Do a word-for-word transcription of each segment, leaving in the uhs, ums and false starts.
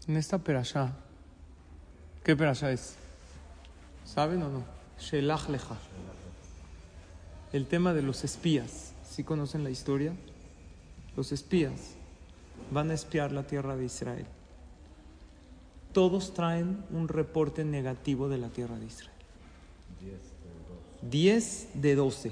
En esta perashá, ¿qué perashá es? ¿Saben o no? Shelach Lecha. El tema de los espías. ¿Sí conocen la historia? Los espías van a espiar la tierra de Israel. Todos traen un reporte negativo de la tierra de Israel. Diez de doce.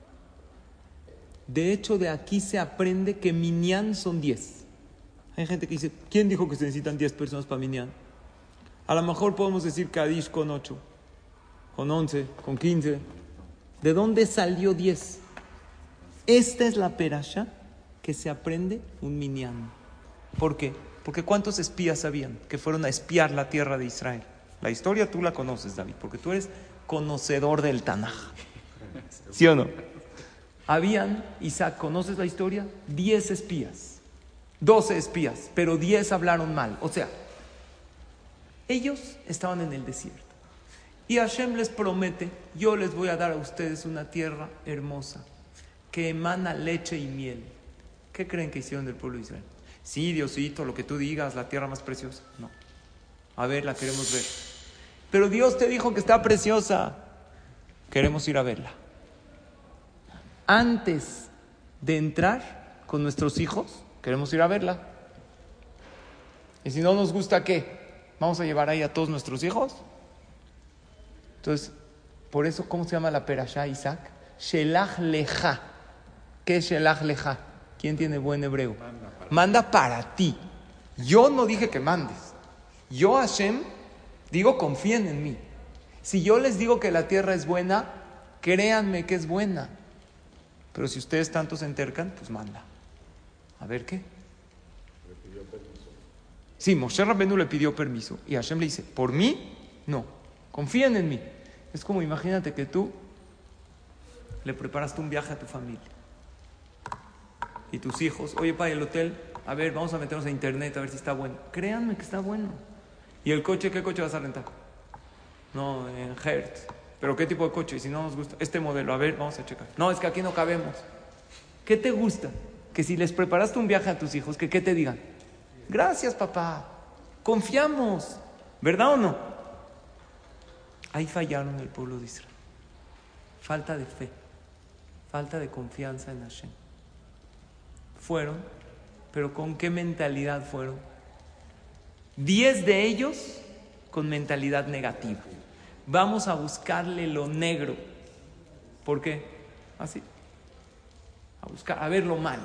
De hecho, de aquí se aprende que Minyan son diez. Hay gente que dice, ¿quién dijo que se necesitan diez personas para Minyan? A lo mejor podemos decir Kadish con ocho, con once, con quince. ¿De dónde salió diez? Esta es la perasha que se aprende un Minyan. ¿Por qué? Porque ¿cuántos espías habían que fueron a espiar la tierra de Israel? La historia tú la conoces, David, porque tú eres conocedor del Tanaj. ¿Sí o no? Habían, Isaac, ¿conoces la historia? Diez espías, doce espías, pero diez hablaron mal. O sea, ellos estaban en el desierto y Hashem les promete, yo les voy a dar a ustedes una tierra hermosa que emana leche y miel. ¿Qué creen que hicieron del pueblo de Israel? Sí, Diosito, lo que tú digas, la tierra más preciosa. No. A ver, la queremos ver. Pero Dios te dijo que está preciosa. Queremos ir a verla. Antes de entrar con nuestros hijos, queremos ir a verla. Y si no nos gusta, ¿qué? ¿Vamos a llevar ahí a todos nuestros hijos? Entonces, por eso, ¿cómo se llama la perashá, Isaac? Shelach Lecha. ¿Qué es Shelach Lecha? ¿Quién tiene buen hebreo? Manda para, Manda para ti. Yo no dije que mandes. Yo, Hashem, digo, confíen en mí. Si yo les digo que la tierra es buena, créanme que es buena. Pero si ustedes tanto se entercan, pues manda. A ver qué. Le pidió permiso. Sí, Moshe Rabbeinu le pidió permiso. Y Hashem le dice, ¿por mí? No. Confíen en mí. Es como, imagínate que tú le preparaste un viaje a tu familia. Y tus hijos, oye, para el hotel, a ver, vamos a meternos a internet a ver si está bueno. Créanme que está bueno. ¿Y el coche, qué coche vas a rentar? No, en Hertz. ¿Pero qué tipo de coche? Y si no nos gusta, este modelo, a ver, vamos a checar. No, es que aquí no cabemos. ¿Qué te gusta? Que si les preparaste un viaje a tus hijos, que ¿qué te digan? Gracias, papá. Confiamos. ¿Verdad o no? Ahí fallaron el pueblo de Israel. Falta de fe. Falta de confianza en Hashem. Fueron, pero ¿con qué mentalidad fueron? Diez de ellos con mentalidad negativa. Vamos a buscarle lo negro. ¿Por qué? Así. A buscar, a ver lo malo.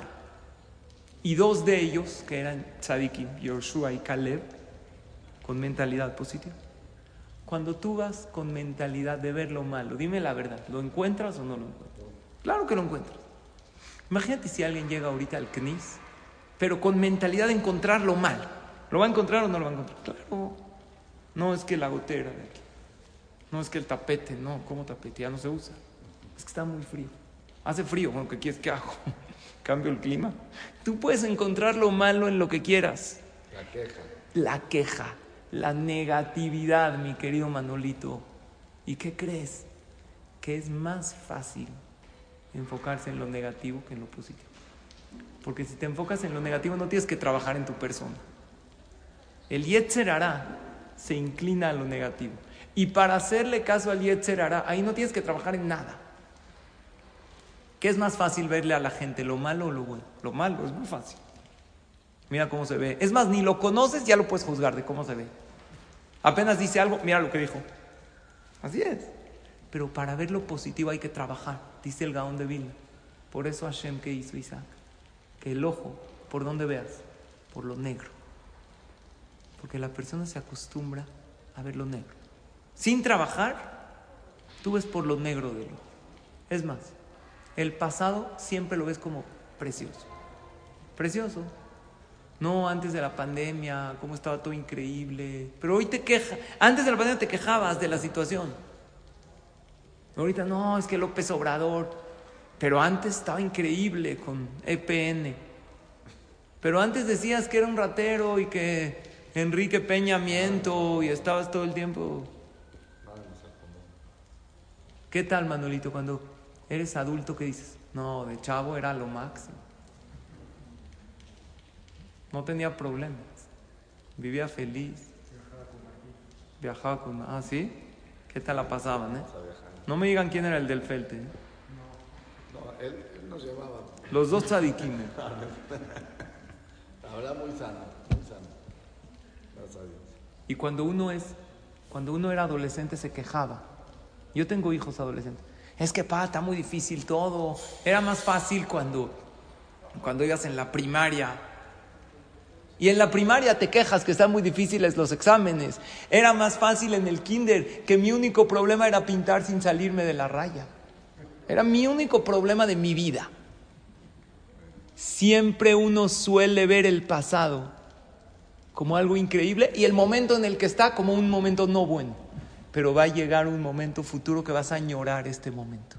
Y dos de ellos, que eran Tzadikim, Yoshua y Caleb, con mentalidad positiva. Cuando tú vas con mentalidad de ver lo malo, dime la verdad, ¿lo encuentras o no lo encuentras? Claro que lo encuentras. Imagínate si alguien llega ahorita al C N I S, pero con mentalidad de encontrar lo malo. ¿Lo va a encontrar o no lo va a encontrar? Claro. No es que la gotera de aquí. No es que el tapete, no, ¿cómo tapete? Ya no se usa. Es que está muy frío. Hace frío, bueno, ¿qué quieres que hago? ¿Cambio el clima? Tú puedes encontrar lo malo en lo que quieras. La queja. La queja, la negatividad, mi querido Manolito. ¿Y qué crees? Que es más fácil enfocarse en lo negativo que en lo positivo. Porque si te enfocas en lo negativo no tienes que trabajar en tu persona. El Yetzer Hará se inclina a lo negativo. Y para hacerle caso al Yetzer Hará, ahí no tienes que trabajar en nada. ¿Qué es más fácil verle a la gente, lo malo o lo bueno? Lo malo es muy fácil. Mira cómo se ve. Es más, ni lo conoces, ya lo puedes juzgar de cómo se ve. Apenas dice algo, mira lo que dijo. Así es. Pero para ver lo positivo hay que trabajar, dice el Gaón de Vilna. Por eso Hashem, ¿qué hizo Isaac? Que el ojo, ¿por dónde veas? Por lo negro. Porque la persona se acostumbra a ver lo negro. Sin trabajar, tú ves por lo negro del ojo. Es más, el pasado siempre lo ves como precioso. Precioso. No, antes de la pandemia, cómo estaba todo increíble. Pero hoy te quejas. Antes de la pandemia te quejabas de la situación. Ahorita no, es que López Obrador. Pero antes estaba increíble con E P N. Pero antes decías que era un ratero y que Enrique Peña Miento y estabas todo el tiempo. ¿Qué tal, Manolito, cuando eres adulto, qué dices? No, de chavo era lo máximo. No tenía problemas. Vivía feliz. Viajaba con... Ah, ¿sí? ¿Qué tal la pasaban, eh? No me digan quién era el del Felte. ¿eh? No, él, él nos llevaba. Los dos tzadikim. Habla muy sano, muy sano. Gracias a Dios. Y cuando uno es, cuando uno era adolescente se quejaba. Yo tengo hijos adolescentes. Es que, pa, está muy difícil todo. Era más fácil cuando, cuando ibas en la primaria. Y en la primaria te quejas que están muy difíciles los exámenes. Era más fácil en el kinder, que mi único problema era pintar sin salirme de la raya. Era mi único problema de mi vida. Siempre uno suele ver el pasado como algo increíble y el momento en el que está como un momento no bueno. Pero va a llegar un momento futuro que vas a añorar este momento.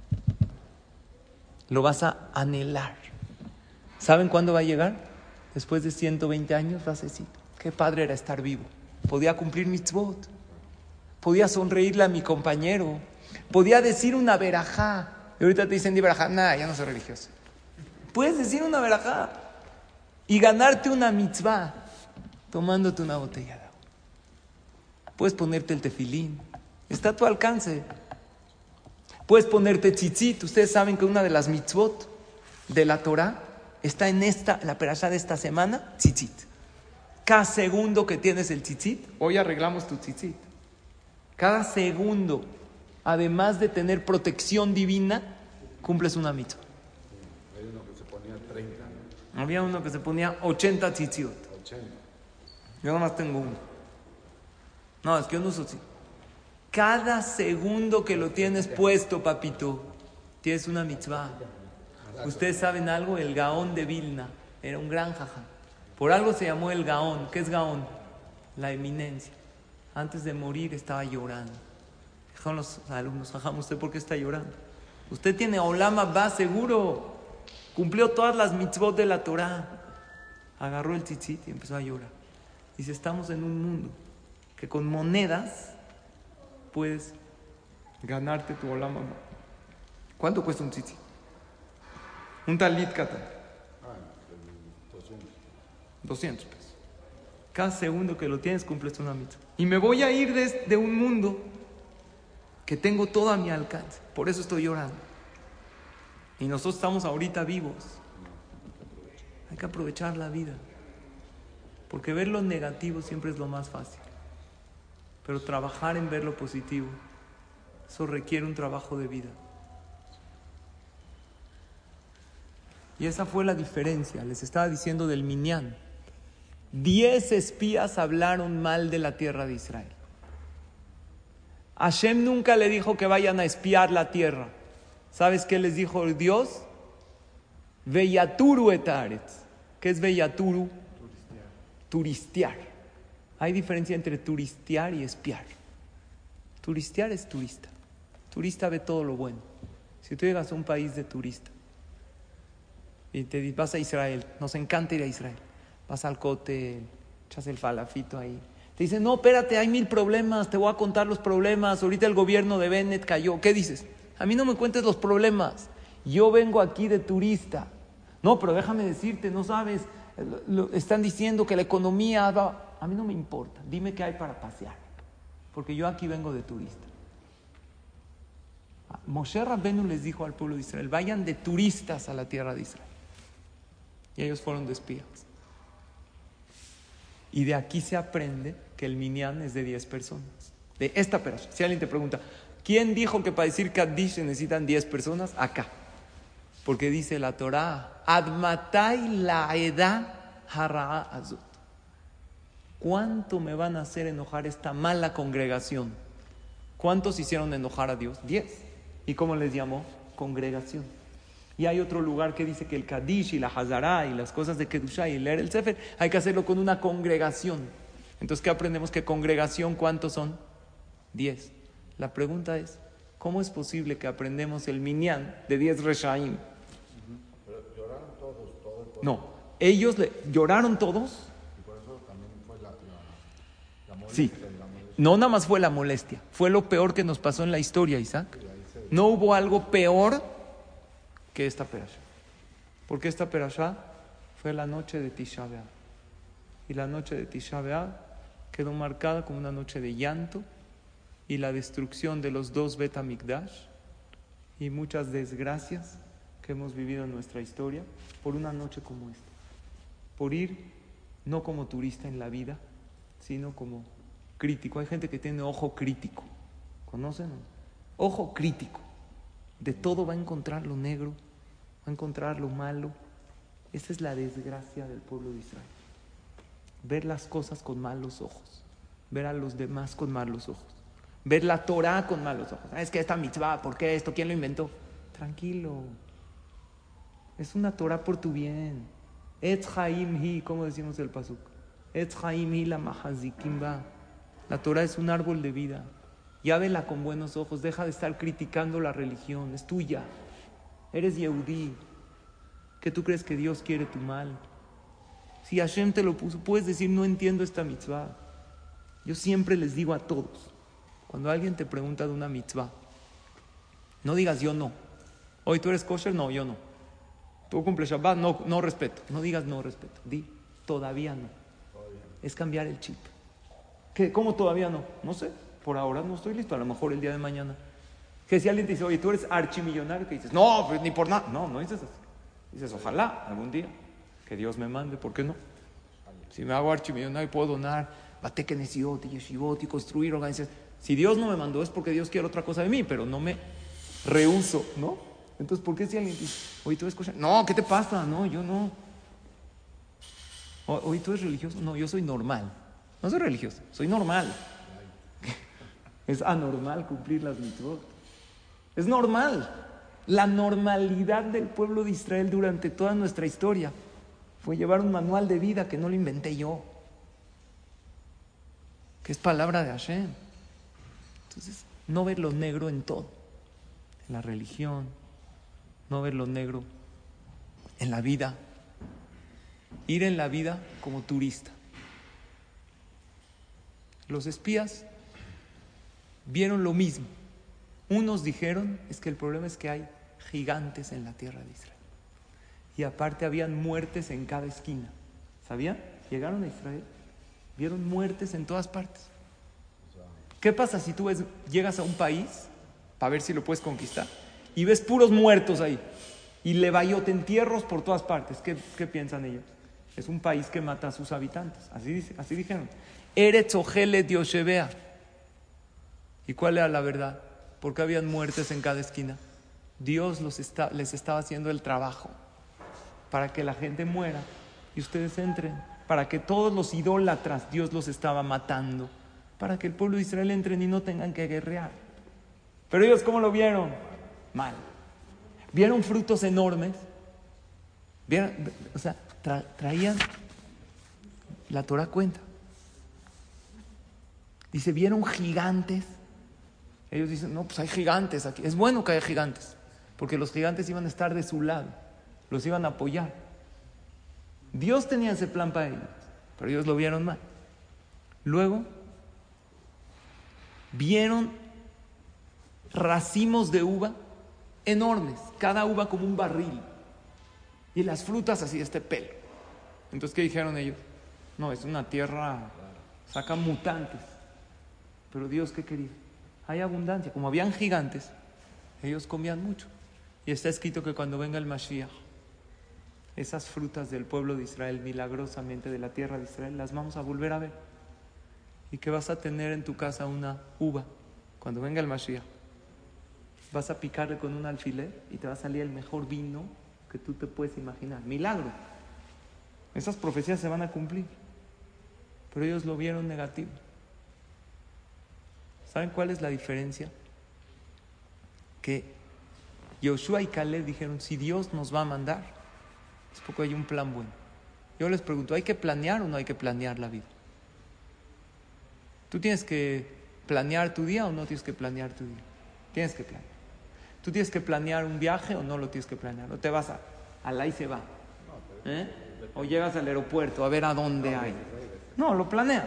Lo vas a anhelar. ¿Saben cuándo va a llegar? Después de ciento veinte años vas a decir, qué padre era estar vivo. Podía cumplir mitzvot. Podía sonreírle a mi compañero. Podía decir una verajá. Y ahorita te dicen, di verajá. Nada, ya no soy religioso. Puedes decir una verajá y ganarte una mitzvah tomándote una botella de agua. Puedes ponerte el tefilín. Está a tu alcance. Puedes ponerte tzitzit. Ustedes saben que una de las mitzvot de la Torah está en esta, la perashá de esta semana, tzitzit. Cada segundo que tienes el tzitzit, hoy arreglamos tu tzitzit. Cada segundo, además de tener protección divina, cumples una mitzvah. Hay uno que se ponía treinta, ¿no? Había uno que se ponía ochenta tzitzit. ochenta. Yo nomás tengo uno. No, es que yo no uso tzitzit. Cada segundo que lo tienes puesto, papito, tienes una mitzvah. Ustedes saben algo, el Gaón de Vilna era un gran jajam. Por algo se llamó el Gaón. ¿Qué es Gaón? La eminencia. Antes de morir estaba llorando. Dijeron los alumnos, jajam, ¿usted por qué está llorando? Usted tiene Olam Abba seguro. Cumplió todas las mitzvot de la Torah. Agarró el tzitzit y empezó a llorar. Dice, estamos en un mundo que con monedas puedes ganarte tu Olam Abba. ¿Cuánto cuesta un tzitzit? Un talit katan. Ah, doscientos. doscientos pesos. Cada segundo que lo tienes cumples una mitzvah. Y me voy a ir de, de un mundo que tengo todo a mi alcance. Por eso estoy llorando. Y nosotros estamos ahorita vivos. Hay que aprovechar la vida. Porque ver lo negativo siempre es lo más fácil. Pero trabajar en ver lo positivo, eso requiere un trabajo de vida. Y esa fue la diferencia. Les estaba diciendo del Minyan. Diez espías hablaron mal de la tierra de Israel. Hashem nunca le dijo que vayan a espiar la tierra. ¿Sabes qué les dijo Dios? Veyaturu et haaretz. ¿Qué es veyaturu? Turistear. Turistear. Hay diferencia entre turistear y espiar. Turistear es turista. Turista ve todo lo bueno. Si tú llegas a un país de turista y te dices, vas a Israel, nos encanta ir a Israel, vas al cóctel, echas el falafito ahí, te dicen, no, espérate, hay mil problemas, te voy a contar los problemas, ahorita el gobierno de Bennett cayó. ¿Qué dices? A mí no me cuentes los problemas, yo vengo aquí de turista. No, pero déjame decirte, no sabes, lo, están diciendo que la economía va... A mí no me importa, dime qué hay para pasear, porque yo aquí vengo de turista. Moshe Rabbenu les dijo al pueblo de Israel, vayan de turistas a la tierra de Israel. Y ellos fueron de espías. Y de aquí se aprende que el minyan es de diez personas. De esta persona. Si alguien te pregunta, ¿quién dijo que para decir Kaddish se necesitan diez personas? Acá. Porque dice la Torah, Admatai la eda hara'a azot. ¿Cuánto me van a hacer enojar esta mala congregación? ¿Cuántos hicieron enojar a Dios? Diez. ¿Y cómo les llamó? Congregación. Y hay otro lugar que dice que el Kaddish y la Hazará y las cosas de Kedushá y leer el Sefer hay que hacerlo con una congregación. Entonces, ¿qué aprendemos? Que congregación, ¿cuántos son? Diez. La pregunta es, ¿cómo es posible que aprendemos el minyan de diez reshaim? Pero lloraron todos, todos. todos. No, ellos le, lloraron todos. Y por eso también fue la, la, la molestia. Sí, La molestia. no nada más fue la molestia, fue lo peor que nos pasó en la historia, Isaac. No hubo algo peor que esta perashá. Porque esta perashá fue la noche de Tisha B'Av. Y la noche de Tisha B'Av quedó marcada como una noche de llanto y la destrucción de los dos Bet HaMikdash y muchas desgracias que hemos vivido en nuestra historia por una noche como esta. Por ir no como turista en la vida, sino como crítico. Hay gente que tiene ojo crítico. ¿Conocen? Ojo crítico. De todo va a encontrar lo negro, va a encontrar lo malo. Esa es la desgracia del pueblo de Israel. Ver las cosas con malos ojos. Ver a los demás con malos ojos. Ver la Torah con malos ojos. Ah, es que esta mitzvah, ¿por qué esto? ¿Quién lo inventó? Tranquilo. Es una Torah por tu bien. Etz Haim Hi, como decimos el pasuk. Etz Haim Hi la mahazikim ba. La Torah es un árbol de vida. Ya vela con buenos ojos. Deja de estar criticando la religión. Es tuya. Eres Yehudí. ¿Qué tú crees que Dios quiere tu mal? Si Hashem te lo puso, puedes decir, no entiendo esta mitzvah. Yo siempre les digo a todos, cuando alguien te pregunta de una mitzvah, no digas yo no. Hoy tú eres kosher, no, yo no. Tú cumples Shabbat, no, no respeto. No digas no respeto. Di, todavía no. Todavía no. Es cambiar el chip. ¿Qué? ¿Cómo todavía no? No sé. Por ahora no estoy listo. A lo mejor el día de mañana. Que si alguien te dice, oye, tú eres archimillonario, que dices, no, pues ni por nada. No, no dices así. Dices, ojalá algún día que Dios me mande. ¿Por qué no? Si me hago archimillonario, puedo donar Bate Nesiot y Yeshivot y construir organizaciones. Si Dios no me mandó es porque Dios quiere otra cosa de mí, pero no me rehúso, ¿no? Entonces, ¿por qué si alguien dice, oye, tú eres kosher? No, ¿qué te pasa? No, yo no. Oye, ¿tú eres religioso? No, yo soy normal. No soy religioso, soy normal. Es anormal cumplir las mitzvot. Es normal. La normalidad del pueblo de Israel durante toda nuestra historia fue llevar un manual de vida que no lo inventé yo, que es palabra de Hashem. Entonces, no ver lo negro en todo, en la religión, no ver lo negro en la vida, ir en la vida como turista. Los espías vieron lo mismo. Unos dijeron, es que el problema es que hay gigantes en la tierra de Israel. Y aparte habían muertes en cada esquina. ¿Sabían? Llegaron a Israel, vieron muertes en todas partes. ¿Qué pasa si tú ves, llegas a un país para ver si lo puedes conquistar y ves puros muertos ahí y levayote, entierros por todas partes? ¿Qué, qué piensan ellos? Es un país que mata a sus habitantes. Así, dice, así dijeron. Eretz Ojelet Yoshebea. ¿Y cuál era la verdad? Porque habían muertes en cada esquina. Dios los está, les estaba haciendo el trabajo para que la gente muera y ustedes entren. Para que todos los idólatras Dios los estaba matando. Para que el pueblo de Israel entren y no tengan que guerrear. Pero ellos, ¿cómo lo vieron? Mal. Vieron frutos enormes. ¿Vieron? O sea, tra- traían, la Torah cuenta. Dice, vieron gigantes. Ellos dicen, no, pues hay gigantes aquí. Es bueno que haya gigantes, porque los gigantes iban a estar de su lado, los iban a apoyar. Dios tenía ese plan para ellos, pero ellos lo vieron mal. Luego, vieron racimos de uva enormes, cada uva como un barril, y las frutas así de este pelo. Entonces, ¿qué dijeron ellos? No, es una tierra, sacan mutantes. Pero Dios, ¿qué quería? Hay abundancia. Como habían gigantes, ellos comían mucho. Y está escrito que cuando venga el Mashiach, esas frutas del pueblo de Israel, milagrosamente de la tierra de Israel, las vamos a volver a ver. Y que vas a tener en tu casa una uva. Cuando venga el Mashiach, vas a picarle con un alfiler y te va a salir el mejor vino que tú te puedes imaginar. Milagro. Esas profecías se van a cumplir. Pero ellos lo vieron negativo. ¿Saben cuál es la diferencia? Que Yoshua y Caleb dijeron, si Dios nos va a mandar, es porque hay un plan bueno. Yo les pregunto, ¿hay que planear o no hay que planear la vida? ¿Tú tienes que planear tu día o no tienes que planear tu día? Tienes que planear. ¿Tú tienes que planear un viaje o no lo tienes que planear? ¿O te vas a, a la y se va? ¿Eh? ¿O llegas al aeropuerto a ver a dónde hay? No, lo planeas.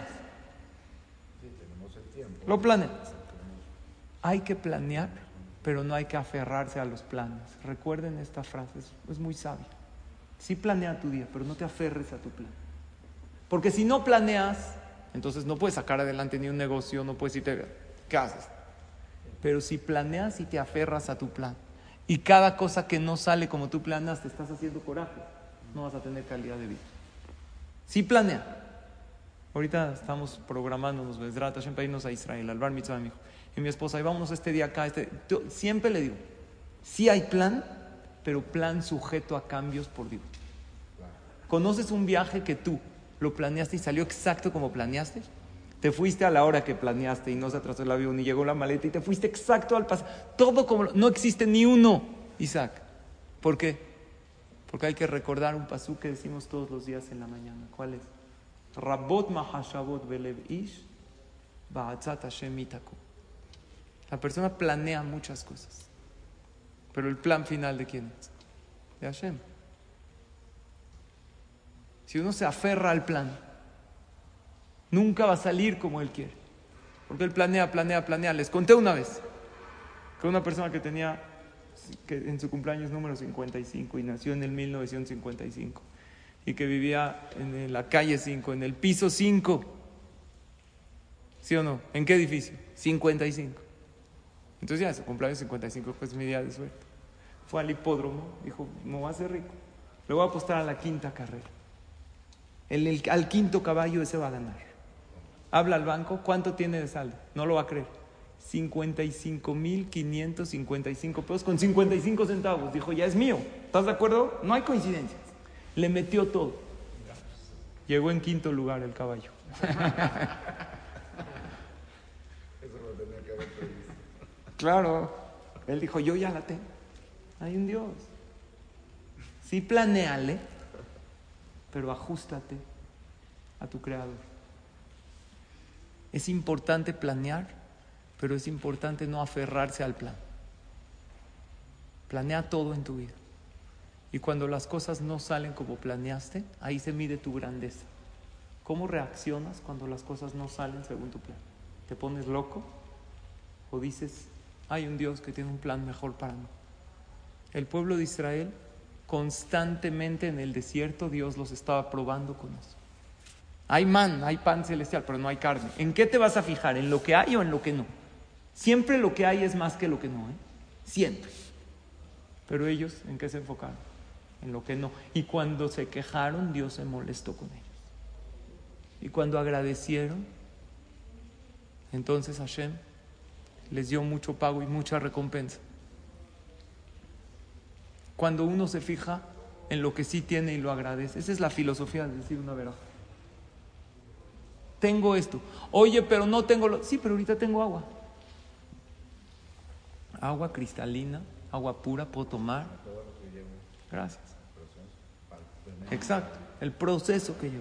Lo planeas. Hay que planear, pero no hay que aferrarse a los planes. Recuerden esta frase, es, es muy sabia. Sí planea tu día, pero no te aferres a tu plan. Porque si no planeas, Entonces no puedes sacar adelante ni un negocio, no puedes irte... ¿Qué haces? Pero si planeas y te aferras a tu plan, y cada cosa que no sale como tú planeas, te estás haciendo coraje, no vas a tener calidad de vida. Si planea. Ahorita estamos programándonos, Bezrat Hashem, para irnos a Israel, al Bar Mitzvah, mi hijo. Y mi esposa, y vámonos este día acá. Este... Siempre le digo, sí hay plan, pero plan sujeto a cambios por Dios. ¿Conoces un viaje que tú lo planeaste y salió exacto como planeaste? Te fuiste a la hora que planeaste y no se atrasó el avión ni llegó la maleta y te fuiste exacto al paso. Todo como... No existe ni uno, Isaac. ¿Por qué? Porque hay que recordar un pasú que decimos todos los días en la mañana. ¿Cuál es? Rabot mahashavot belev ish ba'atzat Hashem itaku. La persona planea muchas cosas, pero el plan final ¿de quién es? De Hashem. Si uno se aferra al plan, nunca va a salir como él quiere, porque él planea, planea, planea. Les conté una vez que una persona que tenía que en su cumpleaños número cincuenta y cinco y nació en el mil novecientos cincuenta y cinco y que vivía en la calle cinco, en el piso cinco, ¿sí o no? ¿En qué edificio? cincuenta y cinco. Entonces ya su cumpleaños cincuenta y cinco, pues mi día de suerte. Fue al hipódromo, dijo, me voy a hacer rico, le voy a apostar a la quinta carrera. El, el, al quinto caballo ese va a ganar. Habla al banco, ¿cuánto tiene de saldo? No lo va a creer. cincuenta y cinco mil quinientos cincuenta y cinco pesos con cincuenta y cinco centavos. Dijo, ya es mío. ¿Estás de acuerdo? No hay coincidencias. Le metió todo. Llegó en quinto lugar el caballo. Eso lo tenía que haber previsto. Claro. Él dijo, yo ya la tengo. Hay un Dios. Sí, planéale, pero ajústate a tu Creador. Es importante planear, pero es importante no aferrarse al plan. Planea todo en tu vida. Y cuando las cosas no salen como planeaste, ahí se mide tu grandeza. ¿Cómo reaccionas cuando las cosas no salen según tu plan? ¿Te pones loco? ¿O dices, hay un Dios que tiene un plan mejor para mí? El pueblo de Israel, constantemente en el desierto, Dios los estaba probando con eso. Hay man, hay pan celestial, pero no hay carne. ¿En qué te vas a fijar? ¿En lo que hay o en lo que no? Siempre lo que hay es más que lo que no, ¿eh? Siempre. Pero ellos, ¿en qué se enfocaron? En lo que no. Y cuando se quejaron, Dios se molestó con ellos. Y cuando agradecieron, entonces Hashem les dio mucho pago y mucha recompensa. Cuando uno se fija en lo que sí tiene y lo agradece, esa es la filosofía de decir una verajá. Tengo esto. Oye, pero no tengo lo... Sí, pero ahorita tengo agua. Agua cristalina, agua pura, puedo tomar. Gracias. Exacto, el proceso que yo.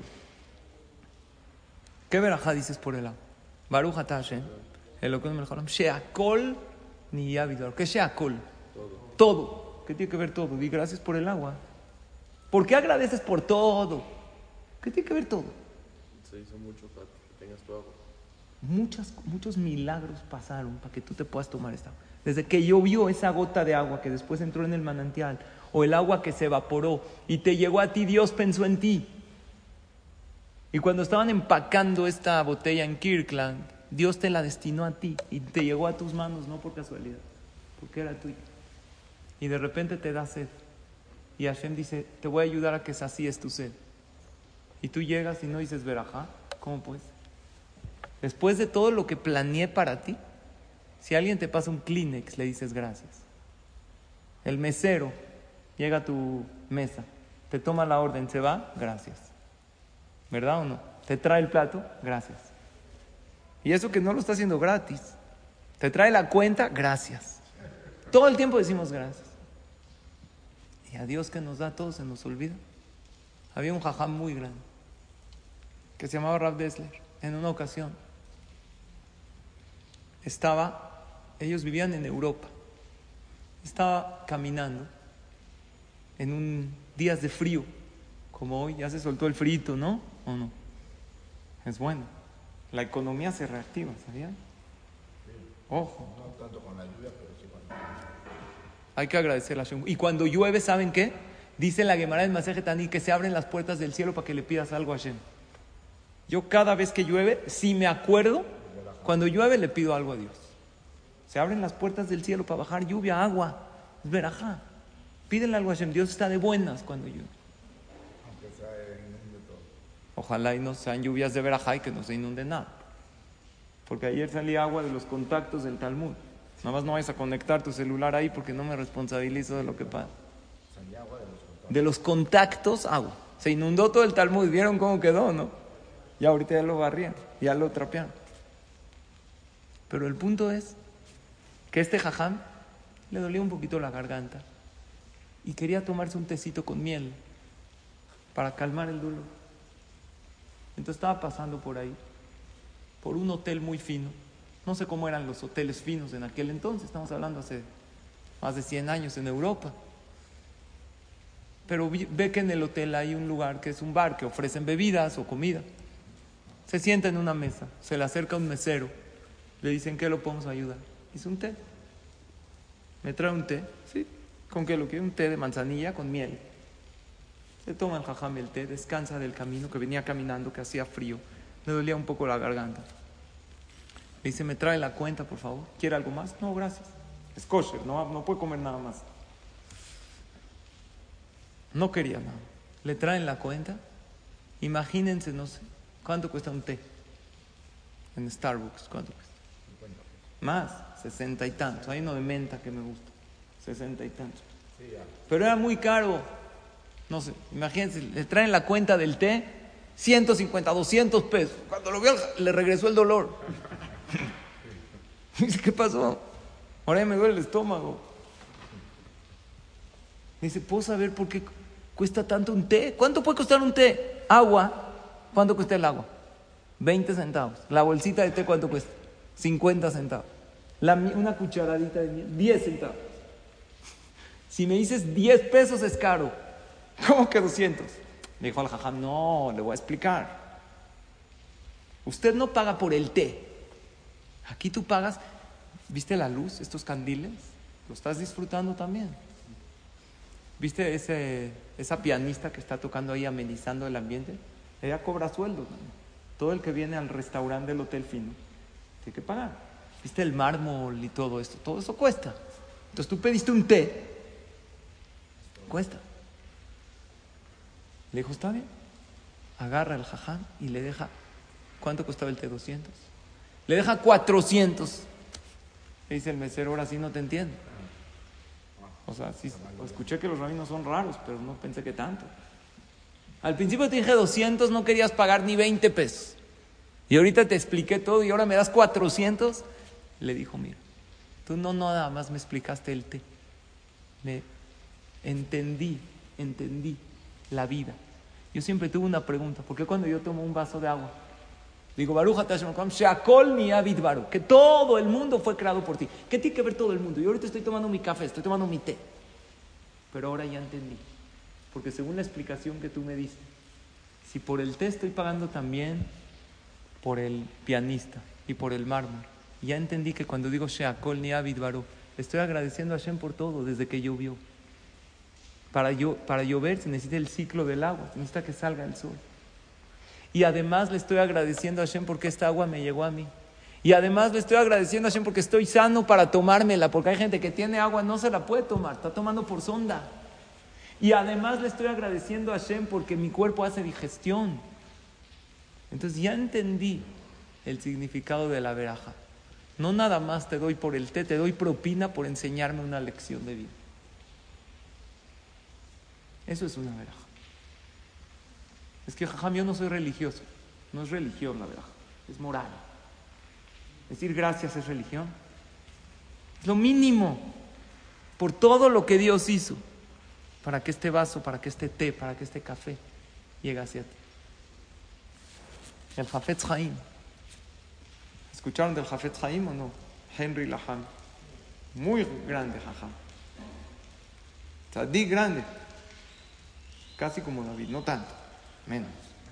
¿Qué verajá dices por el agua? Baruch atah Hashem, Elokeinu melech haolam, she'akol nihya bidvar. ¿Qué she'akol? Todo. ¿Qué tiene que ver todo? Di gracias por el agua. ¿Por qué agradeces por todo? ¿Qué tiene que ver todo? Se hizo mucho para que tengas tu agua. Muchas, muchos milagros pasaron para que tú te puedas tomar esta agua. Desde que llovió esa gota de agua que después entró en el manantial, o el agua que se evaporó y te llegó a ti, Dios pensó en ti. Y cuando estaban empacando esta botella en Kirkland, Dios te la destinó a ti y te llegó a tus manos, no por casualidad, porque era tuya. Y de repente te da sed. Y Hashem dice, te voy a ayudar a que sacíes tu sed. Y tú llegas y no dices verajá. ¿Cómo pues? Después de todo lo que planeé para ti, si alguien te pasa un Kleenex, le dices gracias. El mesero llega a tu mesa, te toma la orden, se va, gracias. ¿Verdad o no? Te trae el plato, gracias. Y eso que no lo está haciendo gratis. Te trae la cuenta, gracias. Todo el tiempo decimos gracias. Y a Dios que nos da todo se nos olvida. Había un jajam muy grande que se llamaba Rav Dessler. En una ocasión estaba, ellos vivían en Europa, estaba caminando en un días de frío, como hoy, ya se soltó el frito, ¿no? ¿O no? Es bueno. La economía se reactiva, ¿sabían? Ojo. No tanto con la lluvia, pero sí con la lluvia. Hay que agradecer a Hashem. Y cuando llueve, ¿saben qué? Dice la Gemara en Masejet Tani que se abren las puertas del cielo para que le pidas algo a Hashem. Yo cada vez que llueve, si me acuerdo, cuando llueve le pido algo a Dios. Se abren las puertas del cielo para bajar lluvia, agua. Es verajá. Pídele algo a Hashem. Dios está de buenas cuando llueve. Aunque sea inunde todo. Ojalá y no sean lluvias de verajá y que no se inunde nada. Porque ayer salía agua de los contactos del Talmud. Nada más no vayas a conectar tu celular ahí porque no me responsabilizo de lo que pasa. Salía agua de los contactos. De los contactos, agua. Se inundó todo el Talmud. ¿Vieron cómo quedó, no? Ya ahorita ya lo barrían, ya lo trapearon. Pero el punto es que este jajam le dolía un poquito la garganta y quería tomarse un tecito con miel para calmar el dolor. Entonces estaba pasando por ahí, por un hotel muy fino. No sé cómo eran los hoteles finos en aquel entonces, estamos hablando hace más de cien años en Europa. Pero ve que en el hotel hay un lugar que es un bar, que ofrecen bebidas o comida. Se sienta en una mesa, se le acerca un mesero, le dicen ¿qué lo podemos ayudar? Dice un té. ¿Me trae un té? Sí. ¿Con qué lo quiere? Un té de manzanilla con miel. Se toma el jajam el té, descansa del camino, que venía caminando, que hacía frío, le dolía un poco la garganta. Le dice, ¿me trae la cuenta, por favor? ¿Quiere algo más? No, gracias. Es kosher, no, no puede comer nada más. No quería nada. Le traen la cuenta. Imagínense, no sé, ¿cuánto cuesta un té? En Starbucks, ¿cuánto cuesta? Más, sesenta y tantos. Hay uno de menta que me gusta. Sesenta y tantos. Pero era muy caro. No sé, imagínense, le traen la cuenta del té, ciento cincuenta, doscientos pesos. Cuando lo vio, le regresó el dolor. Dice, ¿qué pasó? Ahora ya me duele el estómago. Dice, ¿puedo saber por qué cuesta tanto un té? ¿Cuánto puede costar un té? Agua. ¿Cuánto cuesta el agua? veinte centavos. La bolsita de té, ¿cuánto cuesta? cincuenta centavos. La, una cucharadita de miel, diez centavos. Si me dices diez pesos es caro. ¿Cómo que doscientos? Le dijo al jajam, no, le voy a explicar. Usted no paga por el té. Aquí tú pagas, ¿viste la luz, estos candiles? Lo estás disfrutando también. ¿Viste ese, esa pianista que está tocando ahí amenizando el ambiente? Ella cobra sueldo también. Todo el que viene al restaurante del hotel fino tiene que pagar. ¿Viste el mármol y todo esto? Todo eso cuesta. Entonces tú pediste un té, cuesta. Le dijo, está bien. Agarra el jajam y le deja, ¿cuánto costaba el té? doscientos. Le deja cuatrocientos. Le dice el mesero, ahora sí no te entiendo. O sea, sí, escuché que los rabinos son raros, pero no pensé que tanto. Al principio te dije doscientos, no querías pagar ni veinte pesos. Y ahorita te expliqué todo y ahora me das cuatrocientos. Le dijo, mira, tú no nada más me explicaste el té. Me entendí, entendí la vida. Yo siempre tuve una pregunta, ¿por qué cuando yo tomo un vaso de agua digo, Baruch atah Hashem Elokeinu, she'akol ni'ya bidbaro, que todo el mundo fue creado por ti? ¿Qué tiene que ver todo el mundo? Yo ahorita estoy tomando mi café, estoy tomando mi té, pero ahora ya entendí, porque según la explicación que tú me diste, si por el té estoy pagando también por el pianista y por el mármol, ya entendí que cuando digo she'akol ni'ya bidbaro, estoy agradeciendo a Hashem por todo desde que llovió. Para, yo, para llover se necesita el ciclo del agua, se necesita que salga el sol. Y además le estoy agradeciendo a Hashem porque esta agua me llegó a mí. Y además le estoy agradeciendo a Hashem porque estoy sano para tomármela, porque hay gente que tiene agua, no se la puede tomar, está tomando por sonda. Y además le estoy agradeciendo a Hashem porque mi cuerpo hace digestión. Entonces ya entendí el significado de la veraja. No nada más te doy por el té, te doy propina por enseñarme una lección de vida. Eso es una veraja. Es que, jajam, yo no soy religioso. No es religión la veraja, es moral. Decir gracias es religión. Es lo mínimo por todo lo que Dios hizo para que este vaso, para que este té, para que este café llegue hacia ti. El Hafetz Haim. ¿Escucharon del Hafetz Haim o no? Henry Laham. Muy grande, jajam. Tzadik grande. Casi como David, no tanto, menos.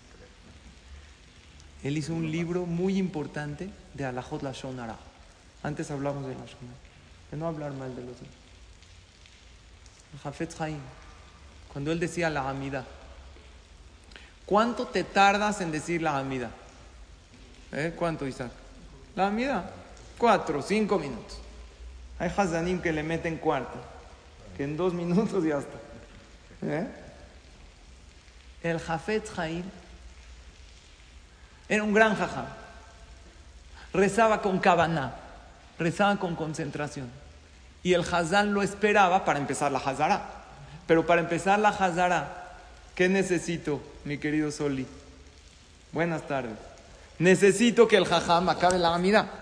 Él hizo un libro muy importante de Alajot Lashon Hara. Antes hablamos de Lashon Hara, de no hablar mal de los demás. El Hafetz Haim, cuando él decía la Hamida, ¿cuánto te tardas en decir la Hamida? ¿Eh? ¿Cuánto, Isaac? La amida. Cuatro, cinco minutos. Hay hazanim que le meten cuarto, que en dos minutos ya está. ¿Eh? El Jafetz Haim era un gran jajam. Rezaba con kabaná, rezaba con concentración. Y el hazán lo esperaba para empezar la hazara. Pero para empezar la hazara, ¿qué necesito, mi querido Soli? Buenas tardes. Necesito que el jajam acabe la amida.